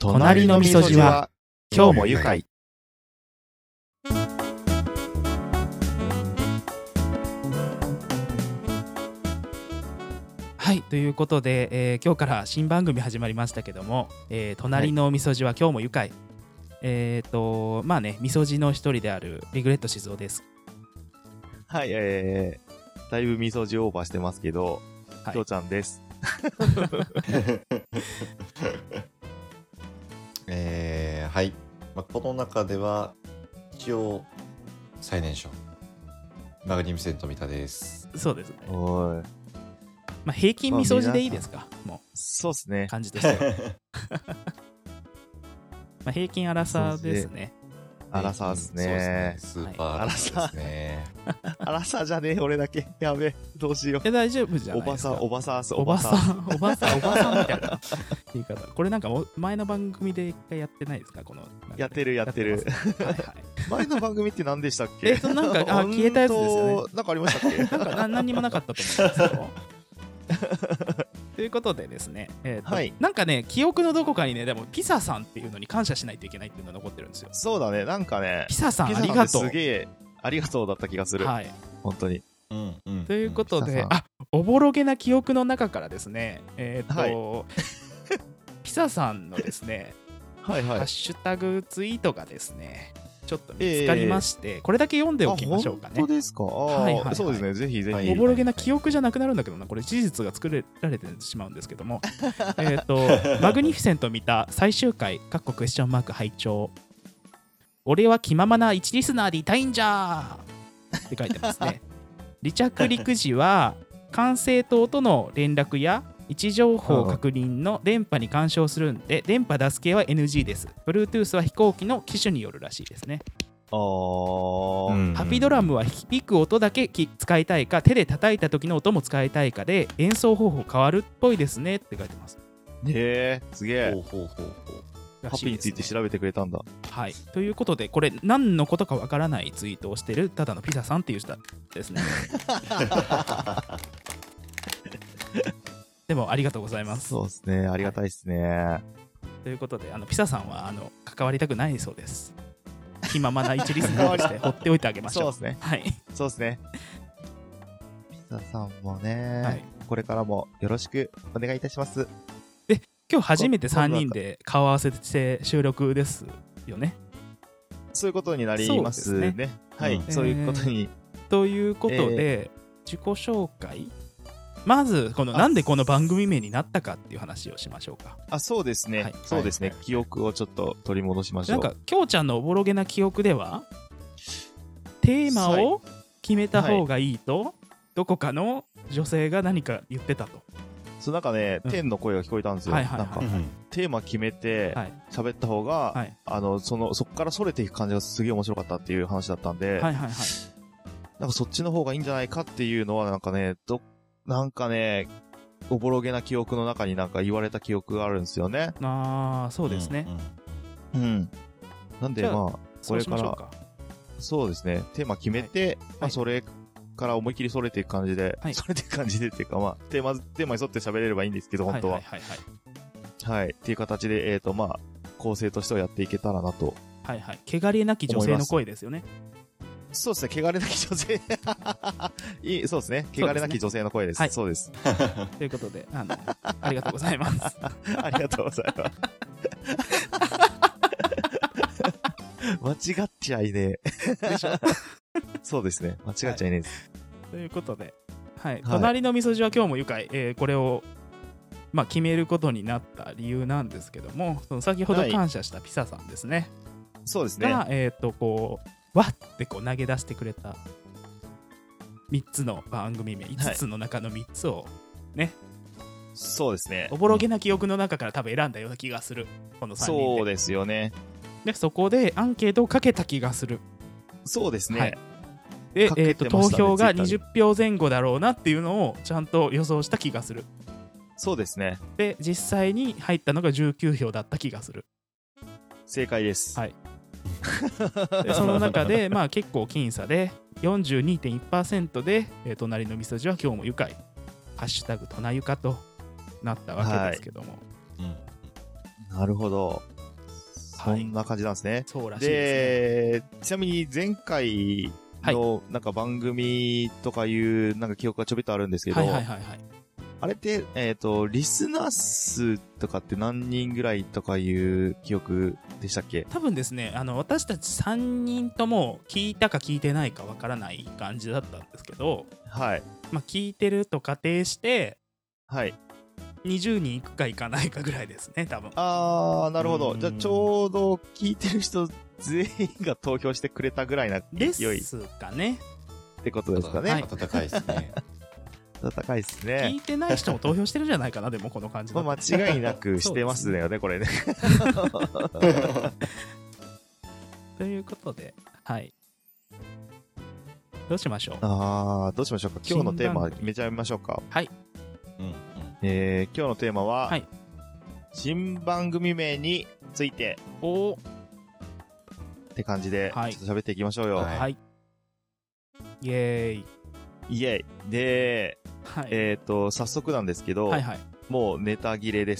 隣のみそじは今日も愉快。 はい、ということで、今日から新番組始まりましたけども、隣のみそじは今日も愉快。まあね、みそじの一人であるリグレット静雄です。 はい、だいぶみそじオーバーしてますけど、きょうちゃんです。 はい、この中では一応最年少マグニフィセント三田です。 そうですね。 おい。 平均みそじでいいですか、もう。 そうですね。 感じとしては。平均アラサーですね。 アラサーですね。 スーパーアラサーですね。 アラサーじゃねえ、俺だけ。やべえ、どうしよう。 大丈夫じゃないですか。 おばさんみたいな言い方。これなんか前の番組で一回やってないですか、この。 やってる。はいはい。前の番組って何でしたっけ？ なんか、消えたやつですよね。 なんかありましたっけ？ なんか何にもなかったと思うんですけど。ということでですね、 はい、 なんかね、記憶のどこかにね、でもピサさんっていうのに感謝しないといけないっていうのが残ってるんですよ。 そうだね、なんかね、 ピサさんありがとう。 すげえありがとうだった気がする。はい、本当に。 ということで、おぼろげな記憶の中からですね、ピサさんのですね、ハッシュタグツイートがですね、ちょっと見つかりまして、これだけ読んでおきましょうかね。 本当ですか？はい、そうですね、ぜひぜひ。 おぼろげな記憶じゃなくなるんだけどな、これ事実が作られてしまうんですけどもマグニフィセント見た最終回クエスチョンマーク拝聴。俺は気ままな一リスナーでいたいんじゃーって書いてますね。離着陸時は管制塔との連絡や位置情報確認の電波に干渉するんで、電波出す系は NG です。Bluetooth は飛行機の機種によるらしいですね。ハピドラムは響く音だけ使いたいか、手で叩いた時の音も使いたいかで演奏方法変わるっぽいですねって書いてます。 すげえ。ハピについて調べてくれたんだ。 はい。ということで、これ何のことかわからないツイートをしてるただのピザさんっていう人ですね。でもありがとうございます。 そうですね、ありがたいですね。 ということで、ピサさんは関わりたくないそうです。気ままな一リスナーとして放っておいてあげましょう。 そうですね。 はい。 そうですね。ピサさんもね、これからもよろしくお願いいたします。 で、今日初めて3人で顔合わせて収録ですよね。 そういうことになりますね。はい、そういうことに。 ということで、自己紹介、まずなんでこの番組名になったかっていう話をしましょうか。 そうですね、そうですね、記憶をちょっと取り戻しましょう。 なんかきょうちゃんのおぼろげな記憶ではテーマを決めた方がいいと、どこかの女性が何か言ってたと。 そうなんかね、天の声が聞こえたんですよ。なんかテーマ決めて喋った方が、そこからそれていく感じがすげえ面白かったっていう話だったんで、なんかそっちの方がいいんじゃないかっていうのはなんかね、おぼろげな記憶の中になんか言われた記憶があるんですよね。 そうですね。 なんでこれから、そうですね、テーマ決めて、それから思いっきりそれていく感じで、それていく感じでっていうか、テーマに沿って喋れればいいんですけど、本当は。はい。っていう形で、構成としてはやっていけたらなと。 はいはい。汚れなき女性の声ですよね。 そうですね、汚れなき女性そうですね、汚れなき女性の声です。そうです。 ということで、ありがとうございます。 ありがとうございます。間違っちゃいねえ。でしょ？そうですね、間違っちゃいねえです。 ということで、隣のみそじは今日も愉快、これを決めることになった理由なんですけども、その先ほど感謝したピサさんですね。 そうですね。 が、わって投げ出してくれた3つの番組名、5つの中の3つをね、 そうですね、 おぼろげな記憶の中から多分選んだような気がする、この3人で。 そうですよね。 でそこでアンケートをかけた気がする。 そうですね。 で、投票が20票前後だろうなっていうのをちゃんと予想した気がする。 そうですね。 で実際に入ったのが19票だった気がする。 正解です。 はい。でその中で結構僅差で 42.1% で、隣のみそじは今日も愉快、ハッシュタグとなゆかとなったわけですけども、 なるほど。 そんな感じなんですね。はい、 そうらしいですね。 ちなみに前回のなんか番組とかいうなんか記憶がちょびっとあるんですけど、あれって、リスナー数とかって何人ぐらいとかいう記憶でしたっけ？ 多分ですね、私たち3人とも聞いたか聞いてないかわからない感じだったんですけど、 はい。 まあ、聞いてると仮定して、 はい。 20人いくかいかないかぐらいですね、多分。 あー、なるほど。じゃあちょうど聞いてる人全員が投票してくれたぐらいな勢いですかね。 ってことですかね。 はい、温かいですね。 温かいですね。 聞いてない人も投票してるんじゃないかな、でもこの感じだと。 まあ、間違いなくしてますよね、これね。 ということで、はい。どうしましょう。 どうしましょうか。今日のテーマ決めちゃいましょうか。 はい。 今日のテーマは、 はい、 新番組名についてって感じで、ちょっと喋っていきましょうよ。 はい。イエーイ。 イエーイ。で、 はい、 早速なんですけど、 はいはい、 もうネタ切れです。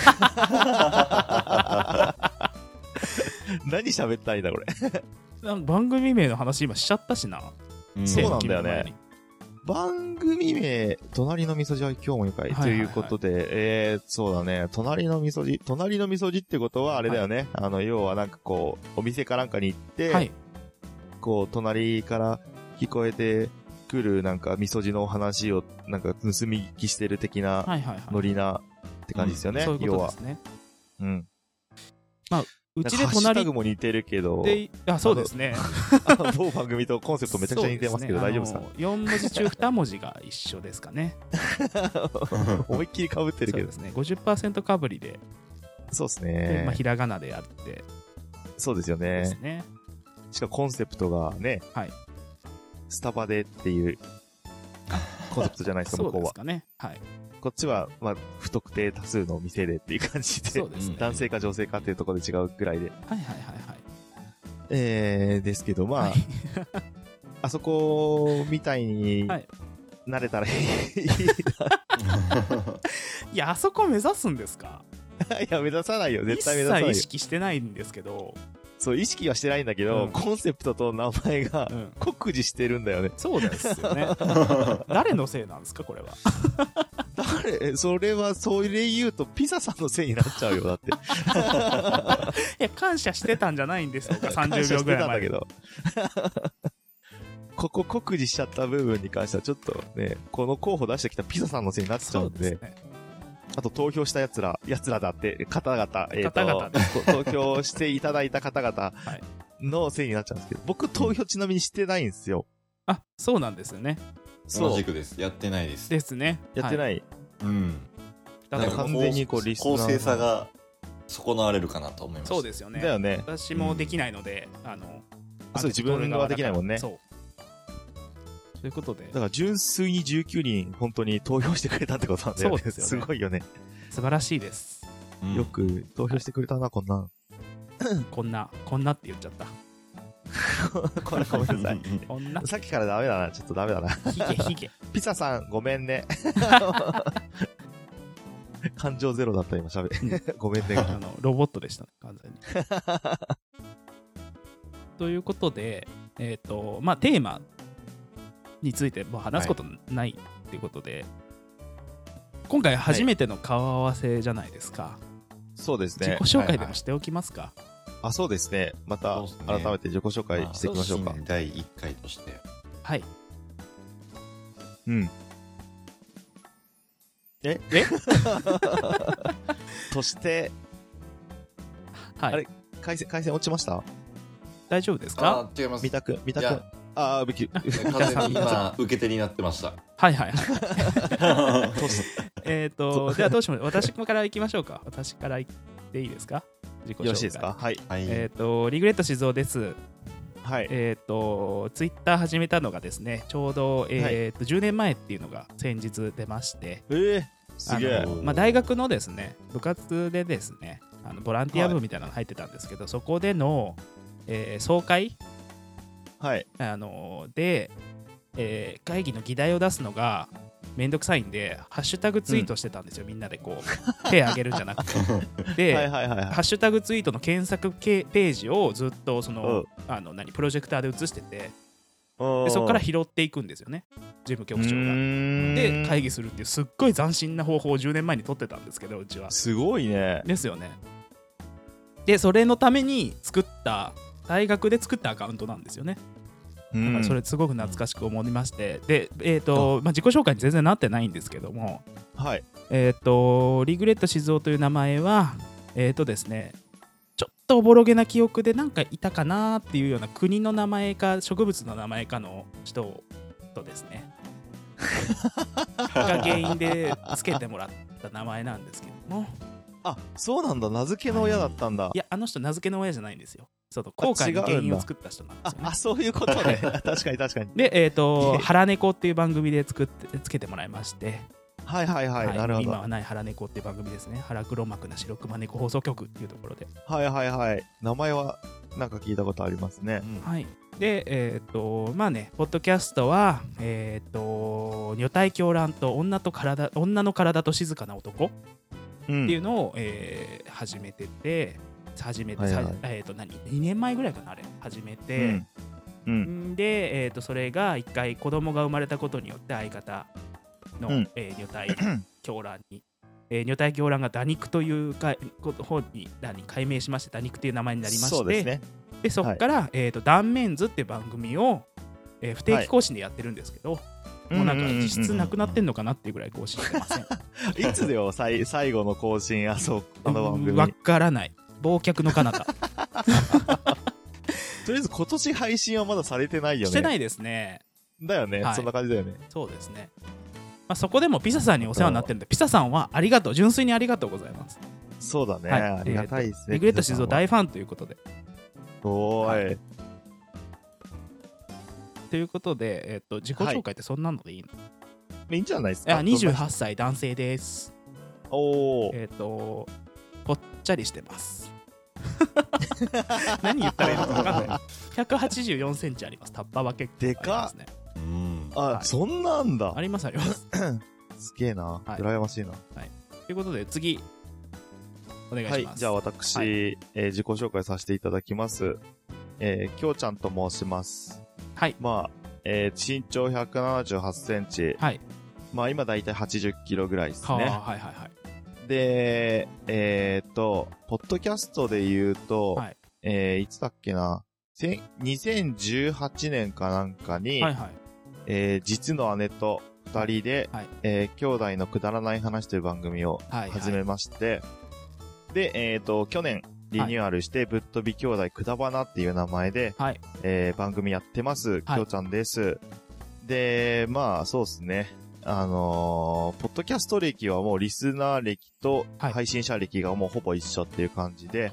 何喋ったらいいんだこれ。 番組名の話今しちゃったしな。 そうなんだよね。番組名、隣の味噌汁は今日も愉快ということで、そうだね、隣の味噌汁ってことはあれだよね、はい、要はなんかこう、お店かなんかに行って、はい、こう、隣から聞こえてくるなんか味噌汁のお話をなんか盗み聞きしてる的なノリなって感じですよね、 そういうことですね。 うん。 まあうちでハッシュタグも似てるけど、 そうですね。 某番組とコンセプトめちゃくちゃ似てますけど、大丈夫ですか ？4文字中2文字が一緒ですかね。 思いっきり被ってるけど。 そうですね。50% かぶりで。 そうですね。 まあ、ひらがなであって。 そうですよね。ですね。しかもコンセプトがね、はい、スタバでっていうコンセプトじゃないですか、向こうは。そうですかね。はい。こっちは、まあ、不特定多数の店でっていう感じで、そうですね、男性か女性かっていうところで違うぐらいで。はいはいはいはい。ですけど、まあ、はい、あそこみたいになれたらいいな。 いや、あそこ目指すんですか？ いや、目指さないよ。絶対目指さないよ。 一切意識してないんですけど。 そう、意識はしてないんだけど、コンセプトと名前が酷似してるんだよね。 そうですよね。誰のせいなんですか、これは。 それは、それ言うと、ピザさんのせいになっちゃうよ、だって。 いや、感謝してたんじゃないんですよ、30秒ぐらい前。 感謝してたんだけど。ここ酷似しちゃった部分に関しては、ちょっとね、この候補出してきたピザさんのせいになっちゃうんで。あと投票した奴らだって、方々、投票していただいた方々のせいになっちゃうんですけど、僕投票ちなみにしてないんですよ。 あ、そうなんですよね。 同じくです。やってないです。 ですね。 やってない。 うん。 だから完全にこうリスナー公正さが損なわれるかなと思います。 そうですよね。 だよね。 私もできないので、 そう、自分ができないもんね。 そう。ということで。 だから純粋に19人本当に投票してくれたってことなんだよね。そうですよね。すごいよね。 素晴らしいです。 よく投票してくれたな、こんな。 こんなって言っちゃった。 ごめんなさい。さっきからダメだな。ちょっとダメだな。 ひげ。 ピザさん、ごめんね。感情ゼロだった、今、ごめんね。 ロボットでしたね、完全に。ということで、まあ、テーマについてもう話すことないっていうことで、今回初めての顔合わせじゃないですか。 そうですね。 自己紹介でもしておきますか？ あ、そうですね。また改めて自己紹介していきましょうか。 第1回として。 はい。 うん。として、 はい。 あれ、回線落ちました？ 大丈夫ですか？ 違います。 三択。びっくり。 完全に今、受け手になってました。 はいはいはい。ではどうしましょう。私から行きましょうか。私から行っていいですか？自己紹介。 よろしいですか？はい。 リグレット静雄です。 はい。 ツイッター始めたのがですね、ちょうど、10年前っていうのが先日出まして。 すげえ。 まあ、大学のですね、部活でですね、ボランティア部みたいなの入ってたんですけど、そこでの、総会、 はい、 で、会議の議題を出すのが、 めんどくさいんでハッシュタグツイートしてたんですよ、みんなでこう手挙げるんじゃなくてでハッシュタグツイートの検索ページをずっとその、プロジェクターで映してて、でそこから拾っていくんですよね、事務局長が。で会議するっていうすっごい斬新な方法を10年前に取ってたんですけど、うちは。 すごいね。 ですよね。でそれのために大学で作ったアカウントなんですよね。だからそれすごく懐かしく思いまして、で自己紹介に全然なってないんですけども、 はい、 リグレット静雄という名前はですね、ちょっとおぼろげな記憶でなんかいたかなっていうような国の名前か植物の名前かの人とですねが原因でつけてもらった名前なんですけども。 あ、そうなんだ。名付けの親だったんだ。 いや、あの人名付けの親じゃないんですよ。その後悔の原因を作った人なんですよね。 そういうことね。確かに確かに。 で、腹猫っていう番組でつけてもらいまして、 はいはいはい、なるほど。 今はない腹猫っていう番組ですね。腹黒幕な白熊猫放送局っていうところで。 はいはいはい。名前はなんか聞いたことありますね。 はい。で、まあね、ポッドキャストは、女体狂乱と女の体と静かな男っていうのを、始めてて、2年前ぐらいかな、あれ始めて、で、それが一回子供が生まれたことによって相方の、女体狂乱に、女体狂乱が打肉という方に改名しまして、打肉という名前になりまして、そうですね。でそこから、断面図っていう番組を、不定期更新でやってるんですけど、もうなんか実質なくなってんのかなっていうぐらい更新してません。 いつだよ最後の更新、あの番組。 わからない。忘却の彼方。 とりあえず今年配信はまだされてないよね。 してないですね。 だよね、そんな感じだよね。 そうですね。まあ、そこでもピサさんにお世話になってるんで、ピサさんはありがとう、純粋にありがとうございます。 そうだね、ありがたいですね。 リグレット静雄大ファンということで。 おーい。 ということで、自己紹介ってそんなのでいいの？ いいんじゃないですか。 28歳男性です。 おー。 ぽっちゃりしてます。何言ったらいいのか分かんない。184センチあります。タッパーは結構ありますね。 そんなんだ。 ありますあります。 すげえな、羨ましいな。 ということで次お願いします。 はい、じゃあ私、自己紹介させていただきます。きょうちゃんと申します。 はい。 まあ、身長178センチ。はい。まあ今だいたい80キロぐらいですね。はいはいはい。で、ポッドキャストで言うと、いつだっけな、2018年かなんかに、実の姉と2人で、兄弟のくだらない話という番組を始めまして、で、去年リニューアルして、ぶっ飛び兄弟くだばなっていう名前で、番組やってます。きょうちゃんです。で、まあそうですね。ポッドキャスト歴はもうリスナー歴と配信者歴がもうほぼ一緒っていう感じで、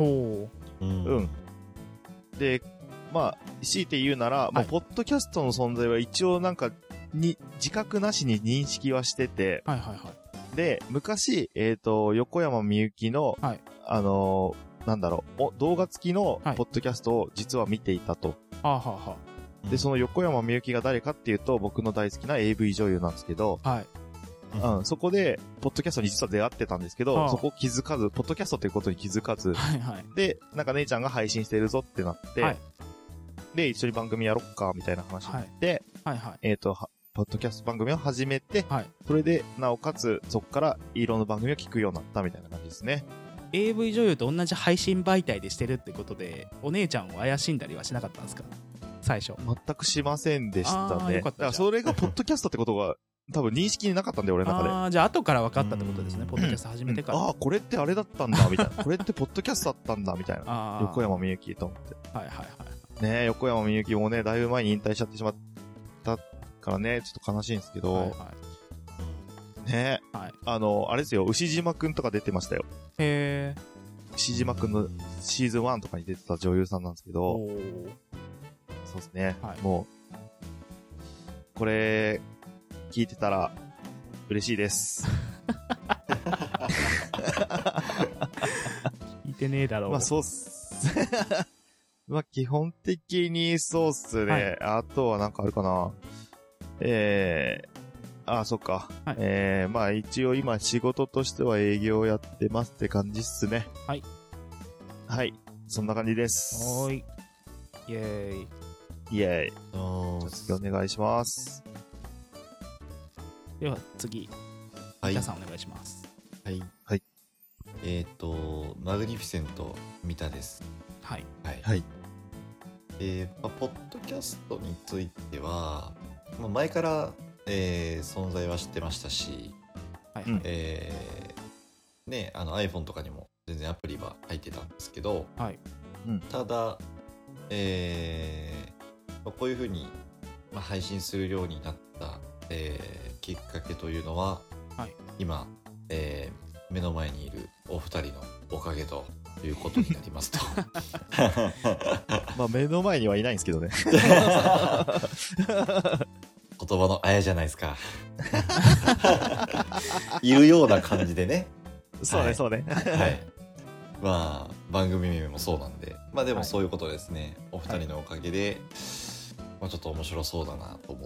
で、まあ、強いて言うなら、もうポッドキャストの存在は一応なんか自覚なしに認識はしてて、で、昔、横山みゆきの、なんだろう、動画付きのポッドキャストを実は見ていたと。で、その横山みゆきが誰かっていうと、僕の大好きな AV 女優なんですけど、そこで、ポッドキャストに実は出会ってたんですけど、そこ気づかず、ポッドキャストっていうことに気づかず、で、なんか姉ちゃんが配信してるぞってなって、で、一緒に番組やろっか、みたいな話になって、ポッドキャスト番組を始めて、それで、なおかつ、そこからいろんな番組を聞くようになったみたいな感じですね。 AV 女優と同じ配信媒体でしてるってことで、お姉ちゃんを怪しんだりはしなかったんですか？最初。 全くしませんでしたね。だからそれがポッドキャストってことが多分認識になかったんで、俺の中で。 じゃあ後から分かったってことですね、ポッドキャスト始めてから。 これってあれだったんだ、みたいな。これってポッドキャストだったんだ、みたいな。横山みゆきと思って。ね、横山みゆきもね、だいぶ前に引退しちゃってしまったからね、ちょっと悲しいんですけど。ね、あれですよ、牛島くんとか出てましたよ。牛島くんのシーズン1とかに出てた女優さんなんですけど、そうですね、もう、これ、聞いてたら、嬉しいです。 聞いてねえだろう。 まあ、そうっす。まあ、基本的にそうっすね。あとはなんかあるかな。 あ、そっか。 はいまあ一応今仕事としては営業やってますって感じっすね。 はい。 はい。そんな感じです。 はーい。イェーイ。 イェーイ。じゃあ次お願いします。 では次、皆さんお願いします。 はい。 はい。 マグニフィセント三田です。 はい。 はい。 はい。 ポッドキャストについては、前から、存在は知ってましたし、 はい。 ね、iPhone とかにも全然アプリは入ってたんですけど、 はい。 ただ、こういう風に、配信するようになった、きっかけというのは、 はい、 今、目の前にいるお二人のおかげということになりますと目の前にはいないんですけどね言葉のあやじゃないですかいるような感じでね。 そうね、はい、そうねはい。番組名もそうなんで、でもそういうことですね、はい、お二人のおかげで、ちょっと面白そうだなと思って、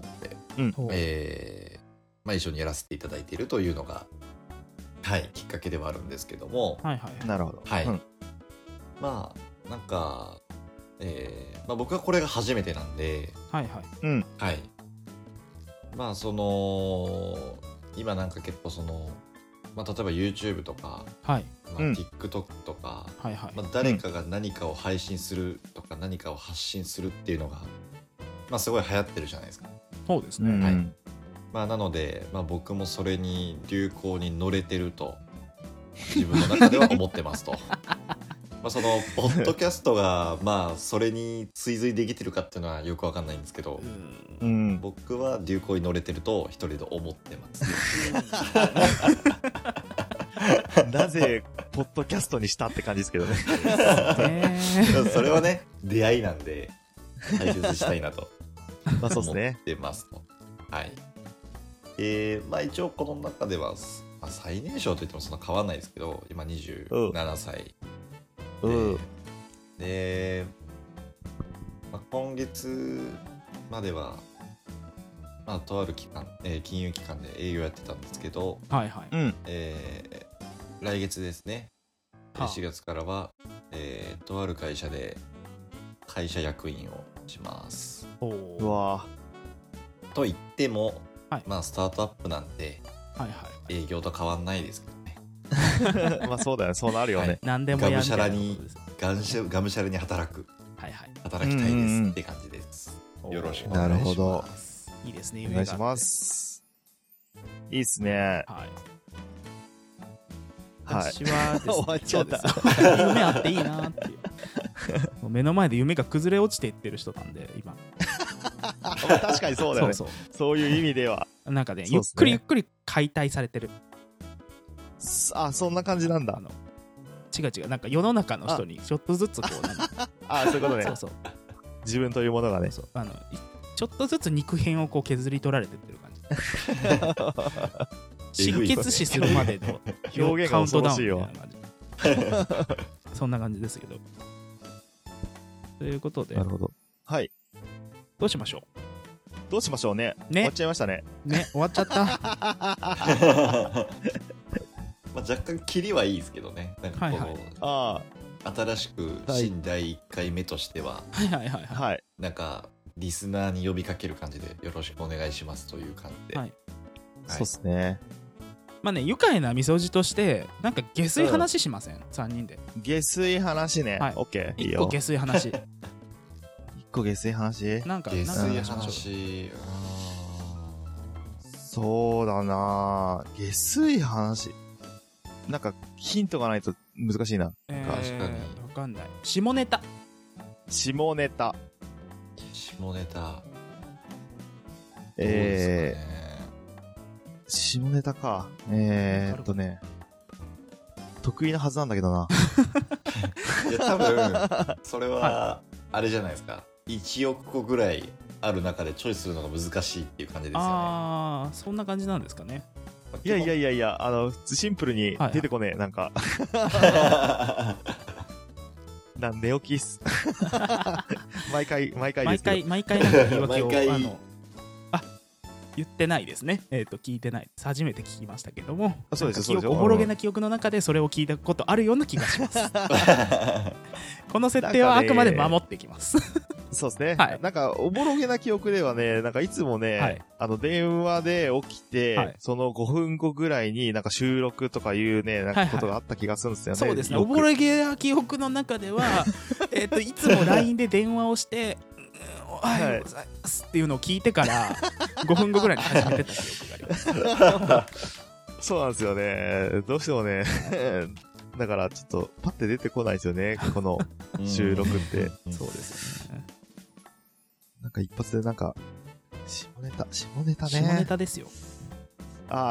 一緒にやらせていただいているというのが、はい、きっかけではあるんですけども、 はいはい、 なるほど、 はい、なんか、僕はこれが初めてなんで、 はいはい、 はい、今なんか結構例えば YouTube とか、 はい、 TikTok とか、 はいはい、 誰かが何かを配信するとか、何かを発信するっていうのが、すごい流行ってるじゃないですか。 そうですね、 はい。なので、僕もそれに流行に乗れてると自分の中では思ってますとそのポッドキャストがそれに追随できてるかっていうのはよくわかんないんですけど、僕は流行に乗れてると一人で思ってますなぜポッドキャストにしたって感じですけどねそれはね、出会いなんで大切にしたいなとそうですね、 思ってますと。はい。一応この中では、最年少といってもそんな変わんないですけど、今27歳で、今月までは、とある機関、金融機関で営業やってたんですけど、 はいはい、 来月ですね、4月からは、とある会社で会社役員をします。 うわと言っても、 はい、 スタートアップなんで、 はいはい、 営業と変わんないですけどねそうだよね、そうなるよね、 何でもやるみたいなことです。 がむしゃらに働く、 はいはい、 働きたいですって感じです。よろしくお願いします。 なるほど、 いいですね、 お願いします。いいですね。 はい。 はい、 私はですね、 終わっちゃった。 夢あっていいなっていう。もう目の前で夢が崩れ落ちていってる人なんで今。 確かにそうだよね。そういう意味では。 なんかね、ゆっくりゆっくり解体されてる。 そんな感じなんだ。 違う、なんか世の中の人にちょっとずつこうそういうことね。 そう自分というものがね。 ちょっとずつ肉片をこう削り取られてってる感じ。心血死するまでの表現が恐ろしいよ。 そんな感じですけど。ということで。 なるほど。はい。 どうしましょうね。終わっちゃいましたね。 終わっちゃった。 若干キリはいいですけどね。なんかこう、新しく新第1回目としては、なんかリスナーに呼びかける感じでよろしくお願いしますという感じで。 そうですね。 愉快なみそじとしてなんか下水話しません？3人で。 下水話ね。オッケー。いいよ。 1個下水話。 下水話なんか下水話、 そうだな、下水話なんかヒントがないと難しいな。 確かに分かんない。下ネタ下ネタ下ネタか。得意なはずなんだけどな。 いや多分それはあれじゃないですか。1億個ぐらいある中でチョイスするのが難しいっていう感じですよね。 そんな感じなんですかね。 いやシンプルに出てこねえ、なんか寝起きっす毎回ですけど毎回なんか言い訳を言ってないですね。聞いてないです。初めて聞きましたけども、 そうですよ。 おぼろげな記憶の中でそれを聞いたことあるような気がします。この設定はあくまで守っていきます。 そうですね。 はい、 なんか、おぼろげな記憶ではね、なんかいつもね、はい、電話で起きて、はい、その5分後ぐらいになんか収録とかいうね、なんかことがあった気がするんですよね。 そうですね。おぼろげな記憶の中では、いつも LINE で電話をして、おはようございますっていうのを聞いてから5分後ぐらいに始めてた記憶があります。 そうなんですよね。どうしてもね、だからちょっとパッて出てこないですよね、この収録って。 そうですよね。 なんか一発でなんか、下ネタね。 下ネタですよ。 はい、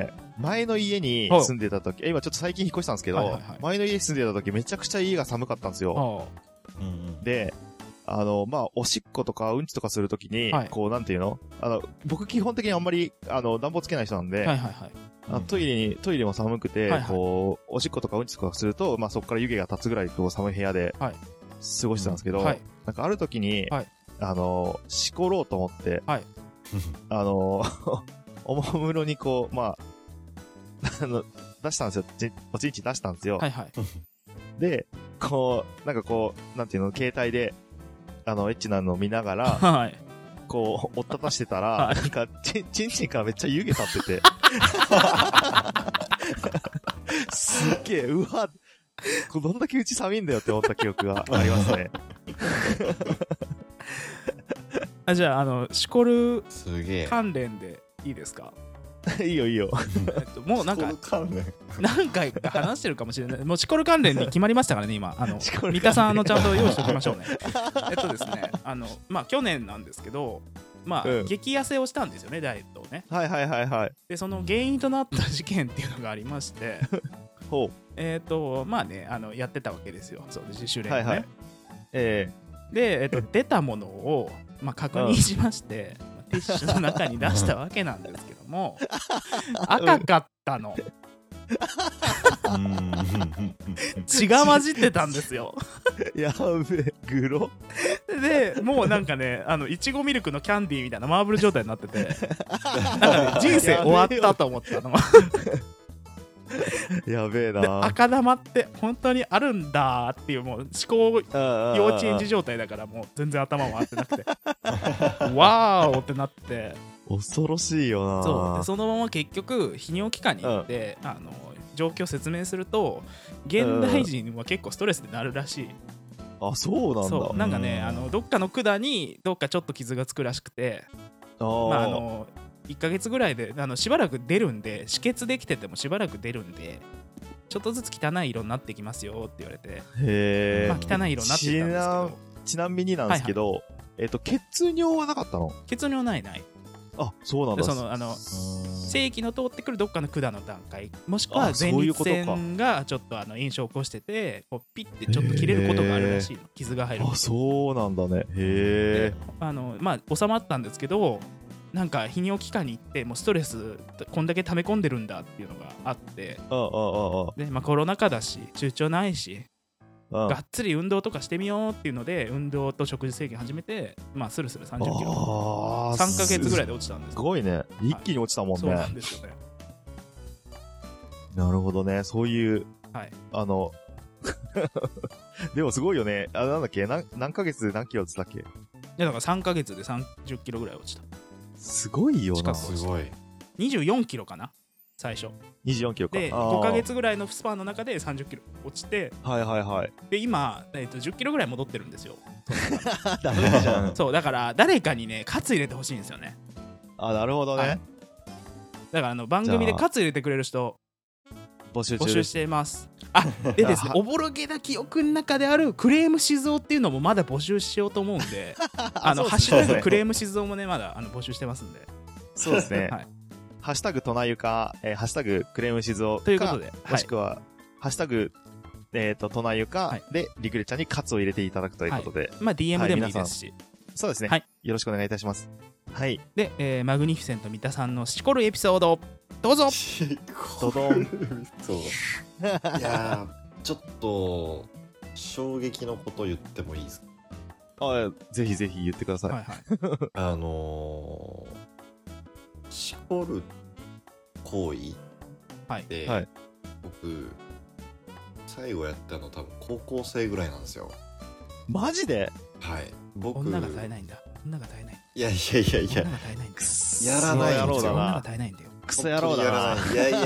前の家に住んでた時、今ちょっと最近引っ越したんですけど、はいはいはい、前の家に住んでた時めちゃくちゃ家が寒かったんですよ。で、おしっことかうんちとかするときに、はい、こう、なんていうの？僕基本的にあんまり、暖房つけない人なんで、はいはいはい、トイレも寒くて、はいはい、こう、おしっことかうんちとかすると、そこから湯気が立つぐらい、こう、寒い部屋で、過ごしてたんですけど、はい、なんかあるときに、はい、しころうと思って、はい、おもむろにこう、出したんですよ。おちんち出したんですよ。はいはい、で、こう、なんかこう、なんていうの、携帯で、エッチなのを見ながら、はい、こう、おったたしてたら、はい、なんか、ちんちんからめっちゃ湯気立ってて。すっげえ、うわ、どんだけうち寒いんだよって思った記憶がありますね。 じゃあ、シコル関連でいいですか？ いいよいいよ。 もうなんか何回か話してるかもしれない。もうシコル関連に決まりましたからね、今。三田さんちゃんと用意しておきましょうね。ですね、去年なんですけど、激痩せをしたんですよね、ダイエットをね。 はいはいはいはい。 で、その原因となった事件っていうのがありまして、 ほう。 やってたわけですよ。そう、自主練をね。 はいはい。 で、出たものを、確認しまして、ティッシュの中に出したわけなんですけども、赤かったの。血が混じってたんですよ。 やべえ、グロ。 で、もうなんかね、いちごミルクのキャンディーみたいなマーブル状態になってて、なんかね、人生終わったと思ったの。 やべえな。 赤玉って本当にあるんだっていう、もう思考幼稚園児状態だから、もう全然頭も回ってなくてワーオってなって、 恐ろしいよな。 そうで、そのまま結局泌尿器科に行って、状況を説明すると、現代人は結構ストレスでなるらしい。 あ、そうなんだ。 そう、なんかね、どっかの管にどっかちょっと傷がつくらしくて、1ヶ月ぐらいでしばらく出るんで、止血できててもしばらく出るんで、ちょっとずつ汚い色になってきますよって言われて、 へー、 汚い色になってきたんですけど、 ちなみになんですけど、血尿はなかったの？ 血尿ない。 あ、そうなんだ。 正規の通ってくるどっかの管の段階、もしくは前立腺がちょっと炎症を起こしてて、こうピッてちょっと切れることがあるらしいの。傷が入る。 あ、そうなんだね。へえ。収まったんですけど、なんか泌尿器科に行って、もうストレスこんだけ溜め込んでるんだっていうのがあって、で、コロナ禍だし出張ないし、がっつり運動とかしてみようっていうので、運動と食事制限始めて、スルスル30キロ3ヶ月ぐらいで落ちたんです。 すごいね、一気に落ちたもんね。 そうなんですよね。 なるほどね、そういう、はい、でもすごいよね。なんだっけ、何ヶ月で何キロって言ったっけ？いや、だから3ヶ月で30キロぐらい落ちた。 すごいよな。 すごい。 24キロかな、最初。 24キロか。 で、5ヶ月ぐらいのスパンの中で30キロ落ちて、 はいはいはい。 で、今、10キロぐらい戻ってるんですよ。 ダメじゃん。 そう、だから誰かにね、カツ入れてほしいんですよね。 あ、なるほどね。はい、 だから番組でカツ入れてくれる人、 募集しています。あ、でですね、おぼろげな記憶の中であるクレーム静雄っていうのもまだ募集しようと思うんで、ハッシュタグクレーム静雄もね、まだ募集してますんで。 そうですね。はい、ハッシュタグトナユカ、ハッシュタグクレーム静雄ということで、もしくは、ハッシュタグトナユカでリグレちゃんにカツを入れていただくということで、 DM でもいいですし、 そうですね。よろしくお願いいたします。はい。 で、マグニフィセント三田さんのしこるエピソード、どうぞ。 ドドン。 そう。いやー、ちょっと衝撃のこと言ってもいいですか？ ぜひぜひ言ってください。 はいはい。 しこる行為で、 はい、 僕最後やったの多分高校生ぐらいなんですよ。 マジで？ はい。僕女が絶えないんだ。女が絶えない。 いや女が絶えないんだよ。 やらないんですよ。 女が絶えないんだよ。 クソ野郎だな。 いや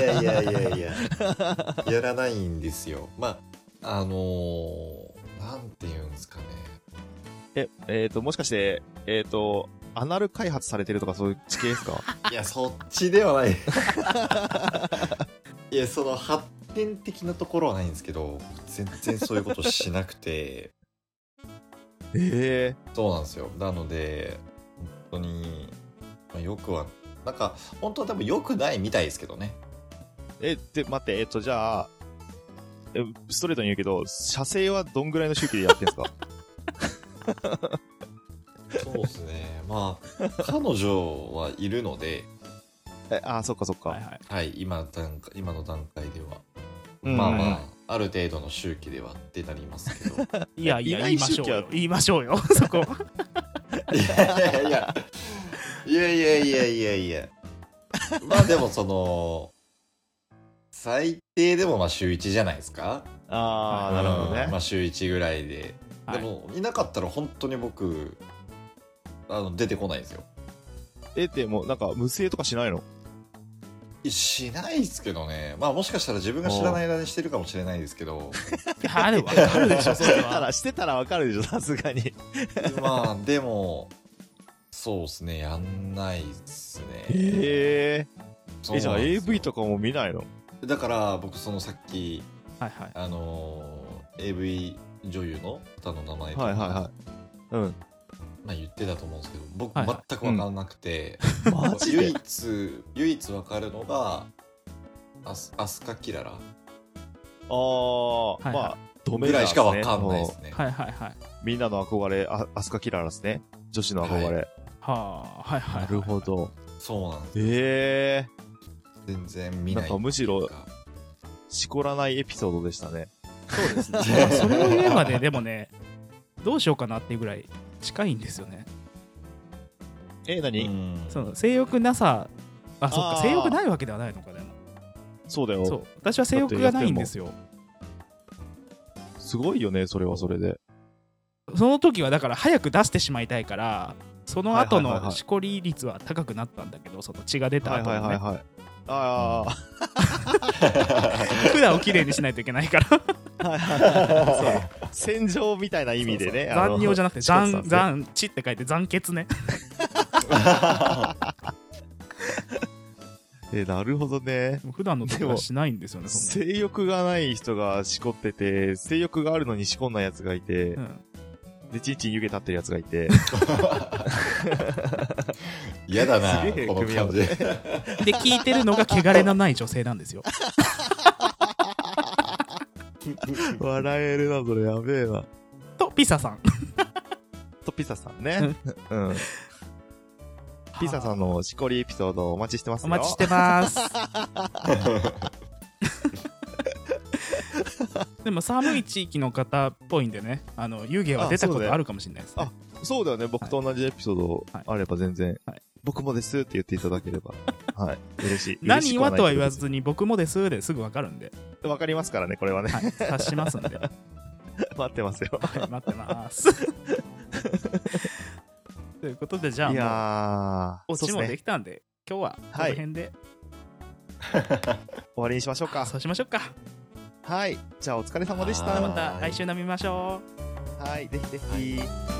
やらないんですよ。まあなんて言うんですかね。 もしかしてアナル開発されてるとかそういう地形ですか？ いや、そっちではない。いや、その発展的なところはないんですけど、全然そういうことしなくて。そうなんですよ。なので本当に、よくはなんか本当は多分良くないみたいですけどね。 で待ってじゃあストレートに言うけど、射精はどんぐらいの周期でやってんすか？ そうですね。まあ彼女はいるので。 そっかそっか。 はい、今の段階では、まあある程度の周期ではってなりますけど。 いや言いましょうよそこ。 いや。まあでもその最低でも週1じゃないですか。 なるほどね。 週1ぐらいで、でもいなかったら本当に僕出てこないんですよ。 でもなんか無声とかしないの？ しないですけどね。まあもしかしたら自分が知らない間にしてるかもしれないですけど。 でも分かるでしょ。 してたら分かるでしょ、さすがに。 まあでもそうですね、やんないっすね。 じゃあ AV とかも見ないの？ だから僕そのさっき、AV 女優の方の名前とか言ってたと思うんですけど、僕全く分からなくて、唯一分かるのがアスカキララぐらいしか分かんないですね。 みんなの憧れアスカキララですね。女子の憧れ。なるほど。 そうなんです。全然見ない。 なんかむしろしこらないエピソードでしたね。 そうですね。それを言えばね、でもね、どうしようかなっていうぐらい近いんですよね。 何？ その性欲なさ、そっか、性欲ないわけではないのか。でもそうだよ。 そう、私は性欲がないんですよ。 すごいよね、それはそれで。 その時はだから早く出してしまいたいから、その後のしこり率は高くなったんだけど、その血が出た後のね。普段をきれいにしないといけないから。 洗浄みたいな意味でね。 残尿じゃなくて残血って書いて残血ね。 なるほどね。 普段の時はしないんですよね。 性欲がない人がしこってて、性欲があるのにしこんないやつがいて、でチンチン湯気立ってるやつがいて。 嫌だな、この感じ。で聞いてるのが汚れのない女性なんですよ。 笑えるな、それやべえな。 とピサさんね。ピサさんのしこりエピソードお待ちしてますよ。 お待ちしてます。でも寒い地域の方っぽいんでね、湯気は出たことあるかもしれないですね。 そうだよね。僕と同じエピソードあれば全然、僕もですって言っていただければ、嬉しい。 何はとは言わずに僕もですですぐ分かるんで。 分かりますからね、これはね。 察しますんで。 待ってますよ。 待ってます。ということで、じゃあもうオチもできたんで、今日はこの辺で終わりにしましょうか。 そうしましょうか。 はい、じゃあお疲れ様でした。 また来週飲みましょう。はい、ぜひぜひ。